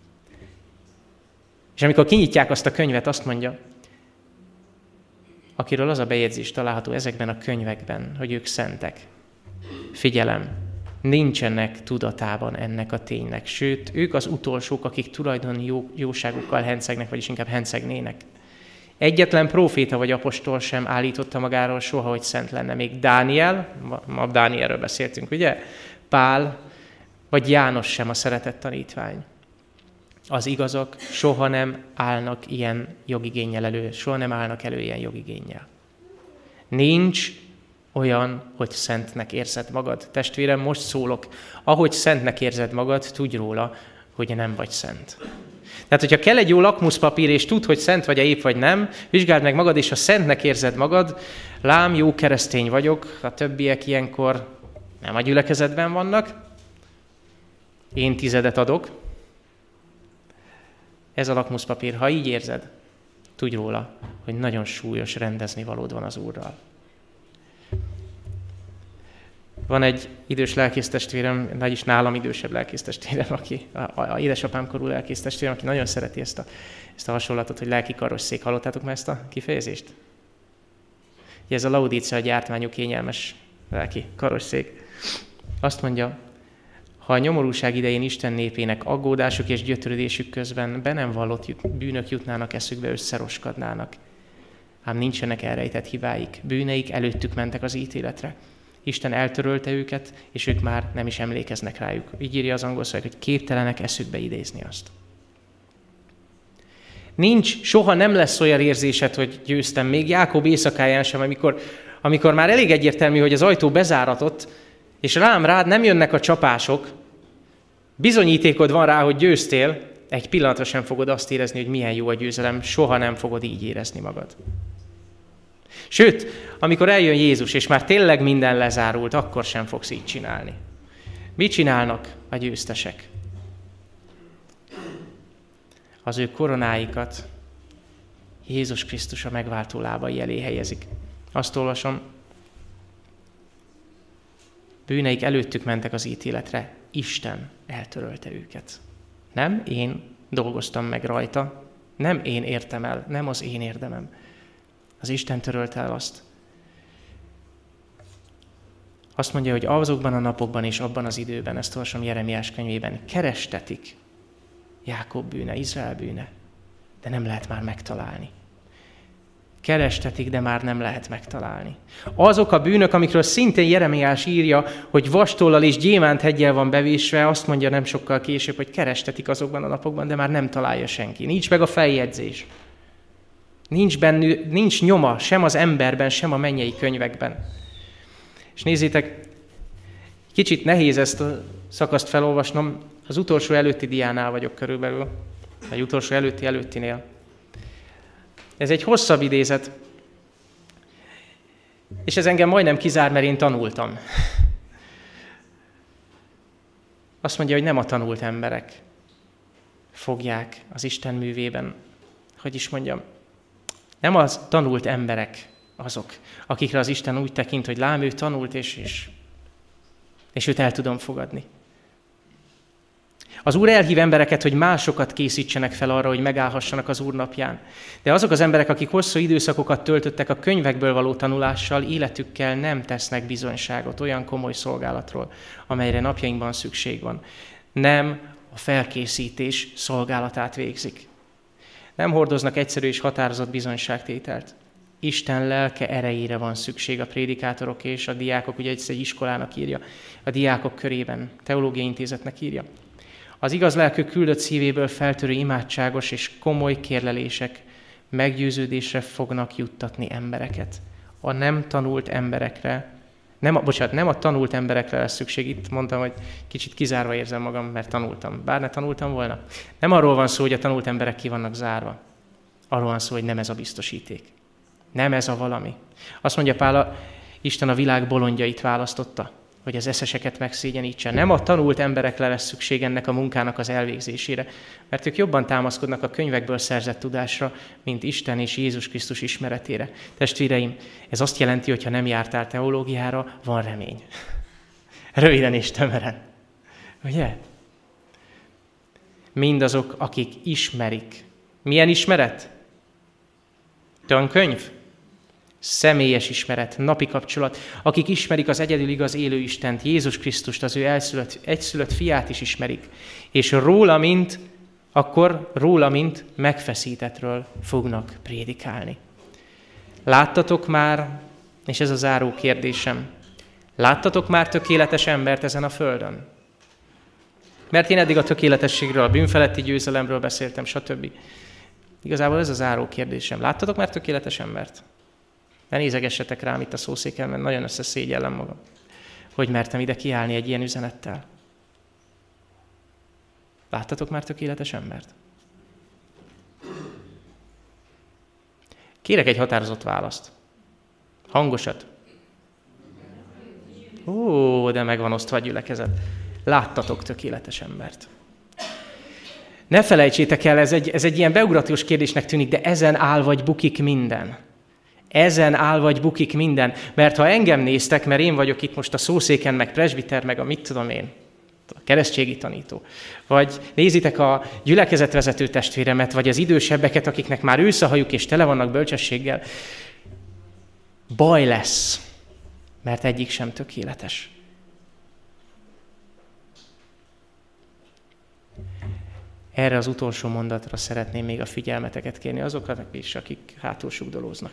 És amikor kinyitják azt a könyvet, azt mondja, akiről az a bejegyzés található ezekben a könyvekben, hogy ők szentek. Figyelem, nincsenek tudatában ennek a ténynek. Sőt, ők az utolsók, akik tulajdoni jóságukkal hencegnek, vagyis inkább hencegnének. Egyetlen próféta vagy apostol sem állította magáról soha, hogy szent lenne. Még Dániel, ma Dánielről beszéltünk, ugye? Pál, vagy János sem a szeretett tanítvány. Az igazak soha nem állnak ilyen jogigénnyel elő, soha nem állnak elő ilyen jogigénnyel. Nincs olyan, hogy szentnek érzed magad. Testvérem, most szólok, ahogy szentnek érzed magad, tudj róla, hogy nem vagy szent. Tehát, hogyha kell egy jó lakmuszpapír, és tudd, hogy szent vagy-e, épp vagy nem, vizsgáld meg magad, és ha szentnek érzed magad, lám, jó keresztény vagyok, a többiek ilyenkor nem a gyülekezetben vannak, én 10 adok. Ez a lakmuszpapír. Ha így érzed, tudj róla, hogy nagyon súlyos rendezni valód van az Úrral. Van egy idős lelkésztestvérem, vagyis nálam idősebb lelkésztestvérem, aki a édesapám korú lelkésztestvérem, aki nagyon szereti ezt a hasonlatot, hogy lelki karosszék. Hallottátok már ezt a kifejezést? Ez a Laudícea gyártmányú kényelmes lelki karosszék. Azt mondja, ha a nyomorúság idején Isten népének aggódásuk és gyötrődésük közben be nem vallott bűnök jutnának eszükbe, összeroskadnának. Ám nincsenek elrejtett hibáik, bűneik előttük mentek az ítéletre. Isten eltörölte őket, és ők már nem is emlékeznek rájuk. Így írja az angol szöveg, hogy képtelenek eszükbe idézni azt. Soha nem lesz olyan érzésed, hogy győztem, még Jákob éjszakáján sem, amikor már elég egyértelmű, hogy az ajtó bezáratott, és rád nem jönnek a csapások, bizonyítékod van rá, hogy győztél, egy pillanatra sem fogod azt érezni, hogy milyen jó a győzelem, soha nem fogod így érezni magad. Sőt, amikor eljön Jézus, és már tényleg minden lezárult, akkor sem fogsz így csinálni. Mit csinálnak a győztesek? Az ő koronáikat Jézus Krisztus a megváltó lábai elé helyezik. Azt olvasom, bűneik előttük mentek az ítéletre, Isten eltörölte őket. Nem én dolgoztam meg rajta, nem én értem el, nem az én érdemem. Az Isten törölte el azt. Azt mondja, hogy azokban a napokban és abban az időben, ezt olvasom Jeremiás könyvében, kerestetik Jákob bűne, Izrael bűne, de nem lehet már megtalálni. Kerestetik, de már nem lehet megtalálni. Azok a bűnök, amikről szintén Jeremiás írja, hogy vastollal és gyémántheggyel van bevésve, azt mondja nem sokkal később, hogy kerestetik azokban a napokban, de már nem találja senki. Nincs meg a feljegyzés. Nincs nyoma sem az emberben, sem a mennyei könyvekben. És nézzétek, kicsit nehéz ezt a szakaszt felolvasnom, az utolsó előtti diánál vagyok körülbelül, vagy utolsó előttinél. Ez egy hosszabb idézet, és ez engem majdnem kizár, mert én tanultam. Azt mondja, hogy nem a tanult emberek fogják az Isten művében, hogy is mondjam, nem az tanult emberek azok, akikre az Isten úgy tekint, hogy lám, ő tanult, és őt el tudom fogadni. Az Úr elhív embereket, hogy másokat készítsenek fel arra, hogy megállhassanak az Úr napján. De azok az emberek, akik hosszú időszakokat töltöttek a könyvekből való tanulással, életükkel nem tesznek bizonyságot olyan komoly szolgálatról, amelyre napjainkban szükség van. Nem a felkészítés szolgálatát végzik. Nem hordoznak egyszerű és határozott bizonyságtételt. Isten lelke erejére van szükség a prédikátorok és a diákok, ugye egy iskolának írja, a diákok körében, teológiai intézetnek írja. Az igaz lelkű küldött szívéből feltörő imádságos és komoly kérlelések meggyőződésre fognak juttatni embereket. A nem tanult emberekre, nem a tanult emberekre lesz szükség. Itt mondtam, hogy kicsit kizárva érzem magam, mert tanultam. Bár ne tanultam volna. Nem arról van szó, hogy a tanult emberek ki vannak zárva. Arról van szó, hogy nem ez a biztosíték. Nem ez a valami. Azt mondja Pál, Isten a világ bolondjait választotta, hogy az eszeseket megszégyenítse. Nem a tanult emberekre lesz szükség ennek a munkának az elvégzésére, mert ők jobban támaszkodnak a könyvekből szerzett tudásra, mint Isten és Jézus Krisztus ismeretére. Testvéreim, ez azt jelenti, hogy ha nem jártál teológiára, van remény. Röviden és tömören. Ugye? Mindazok, akik ismerik. Milyen ismeret? Tankönyv? Személyes ismeret, napi kapcsolat, akik ismerik az egyedül igaz élő Istent, Jézus Krisztust, az ő egyszülött fiát is ismerik, és róla, mint megfeszítettről fognak prédikálni. Láttatok már, és ez a záró kérdésem, láttatok már tökéletes embert ezen a földön? Mert én eddig a tökéletességről, a bűnfeletti győzelemről beszéltem, stb. Igazából ez a záró kérdésem. Láttatok már tökéletes embert? Ne nézegessetek rám itt a szószéken, mert nagyon összeszégyellem magam, hogy mertem ide kiállni egy ilyen üzenettel. Láttatok már tökéletes embert? Kérek egy határozott választ. Hangosat. Ó, de meg van osztva a gyülekezet. Láttatok tökéletes embert. Ne felejtsétek el, ez egy ilyen beugratós kérdésnek tűnik, de ezen áll vagy bukik minden. Ezen áll vagy bukik minden. Mert ha engem néztek, mert én vagyok itt most a szószéken, meg presbiter, meg a mit tudom én, a keresztségi tanító. Vagy nézitek a gyülekezetvezető testvéremet, vagy az idősebbeket, akiknek már ősz a hajuk és tele vannak bölcsességgel. Baj lesz, mert egyik sem tökéletes. Erre az utolsó mondatra szeretném még a figyelmeteket kérni azokat is, akik hátul sugdolóznak.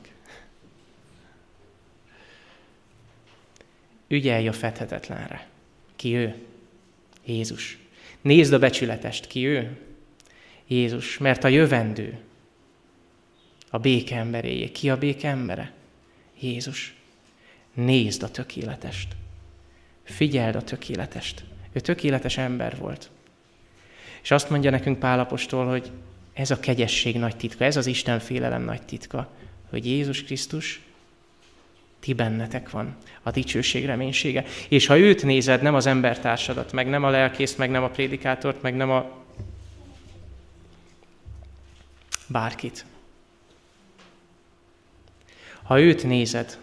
Ügyelj a fedhetetlenre. Ki ő? Jézus. Nézd a becsületest. Ki ő? Jézus. Mert a jövendő a béke emberéjé. Ki a béke embere? Jézus. Nézd a tökéletest. Figyeld a tökéletest. Ő tökéletes ember volt. És azt mondja nekünk Pál apostol, hogy ez a kegyesség nagy titka, ez az Isten félelem nagy titka, hogy Jézus Krisztus ti bennetek van, a dicsőség reménysége. És ha őt nézed, nem az embertársadat, meg nem a lelkészt, meg nem a prédikátort, meg nem a bárkit, Ha őt nézed,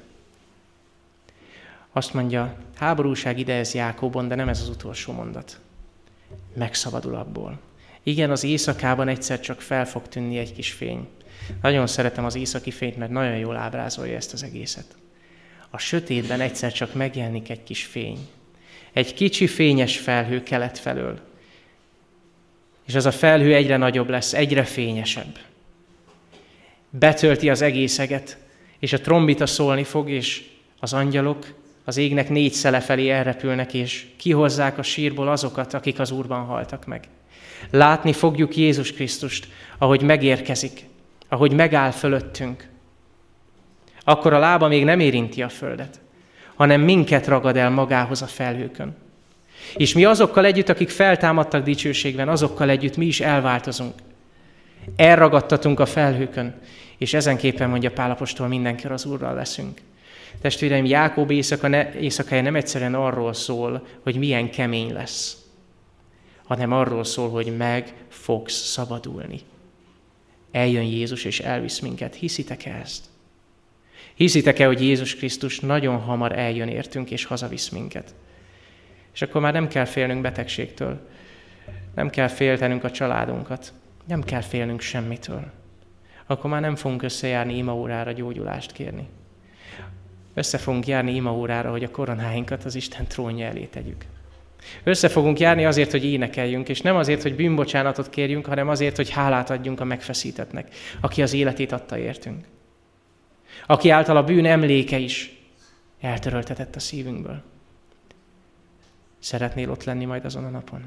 azt mondja, háborúság ide ez Jákóbon, de nem ez az utolsó mondat. Megszabadul abból. Igen, az éjszakában egyszer csak fel fog tűnni egy kis fény. Nagyon szeretem az északi fényt, mert nagyon jól ábrázolja ezt az egészet. A sötétben egyszer csak megjelenik egy kis fény. Egy kicsi fényes felhő kelet felől. És az a felhő egyre nagyobb lesz, egyre fényesebb. Betölti az egész eget, és a trombita szólni fog, és az angyalok az égnek 4 szele felé elrepülnek, és kihozzák a sírból azokat, akik az Úrban haltak meg. Látni fogjuk Jézus Krisztust, ahogy megérkezik, ahogy megáll fölöttünk. Akkor a lába még nem érinti a földet, hanem minket ragad el magához a felhőkön. És mi azokkal együtt, akik feltámadtak dicsőségben, azokkal együtt mi is elváltozunk. Elragadtatunk a felhőkön, és ezenképpen, mondja Pál apostol, mindenkor az Úrral leszünk. Testvéreim, Jákob éjszakája nem egyszerűen arról szól, hogy milyen kemény lesz, hanem arról szól, hogy meg fogsz szabadulni. Eljön Jézus, és elvisz minket. Hiszitek-e ezt? Hiszitek-e, hogy Jézus Krisztus nagyon hamar eljön értünk, és hazavisz minket? És akkor már nem kell félnünk betegségtől, nem kell féltenünk a családunkat, nem kell félnünk semmitől. Akkor már nem fogunk összejárni imaórára gyógyulást kérni. Össze fogunk járni imaórára, hogy a koronáinkat az Isten trónja elé tegyük. Össze fogunk járni azért, hogy énekeljünk, és nem azért, hogy bűnbocsánatot kérjünk, hanem azért, hogy hálát adjunk a megfeszítettnek, aki az életét adta értünk. Aki által a bűn emléke is eltöröltetett a szívünkből. Szeretnél ott lenni majd azon a napon?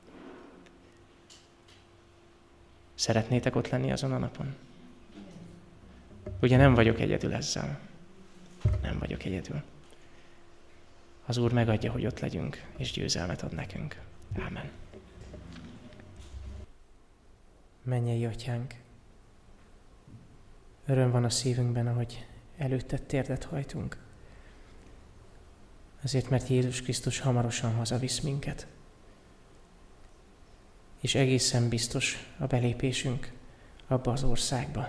Szeretnétek ott lenni azon a napon? Ugye nem vagyok egyedül ezzel. Nem vagyok egyedül. Az Úr megadja, hogy ott legyünk, és győzelmet ad nekünk. Ámen. Mennyei Atyánk, öröm van a szívünkben, ahogy előtted térdet hajtunk. Azért, mert Jézus Krisztus hamarosan hazavisz minket. És egészen biztos a belépésünk abba az országba.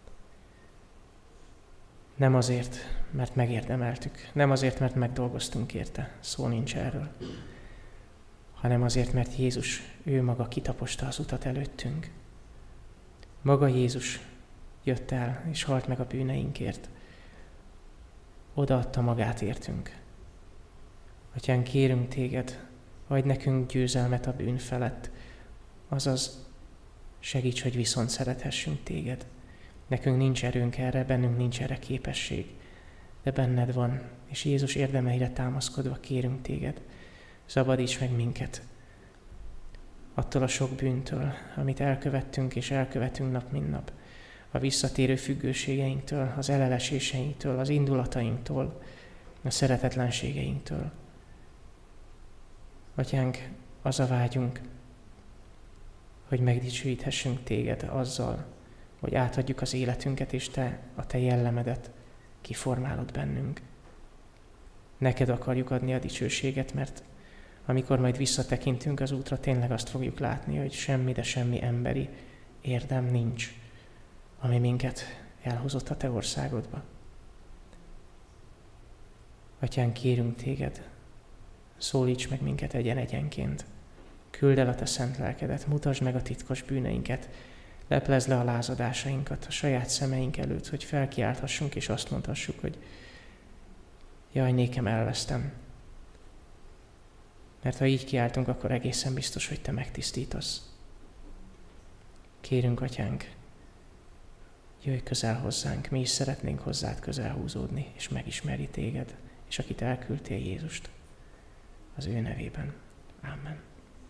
Nem azért, mert megérdemeltük, nem azért, mert megdolgoztunk érte, szó nincs erről, hanem azért, mert Jézus, ő maga kitaposta az utat előttünk. Maga Jézus jött el, és halt meg a bűneinkért. Odaadta magát értünk. Atyán, kérünk téged, adj nekünk győzelmet a bűn felett, azaz segíts, hogy viszont szerethessünk téged. Nekünk nincs erőnk erre, bennünk nincs erre képesség, de benned van, és Jézus érdemeire támaszkodva kérünk téged, szabadíts meg minket attól a sok bűntől, amit elkövettünk és elkövetünk nap mint nap, a visszatérő függőségeinktől, az eleleséseinktől, az indulatainktól, a szeretetlenségeinktől. Atyánk, az a vágyunk, hogy megdicsőíthessünk téged azzal, hogy átadjuk az életünket, és te a te jellemedet kiformálod bennünk. Neked akarjuk adni a dicsőséget, mert amikor majd visszatekintünk az útra, tényleg azt fogjuk látni, hogy semmi, de semmi emberi érdem nincs, ami minket elhozott a te országodba. Atyán, kérünk téged, szólíts meg minket egyen-egyenként. Küld el a te szent lelkedet, mutasd meg a titkos bűneinket, leplezd le a lázadásainkat a saját szemeink előtt, hogy felkiálthassunk és azt mondhassuk, hogy jaj, nékem elvesztem. Mert ha így kiáltunk, akkor egészen biztos, hogy te megtisztítasz. Kérünk, Atyánk, jöjj közel hozzánk, mi is szeretnénk hozzád közel húzódni, és megismerni téged, és akit elküldtél, Jézust, az ő nevében. Amen.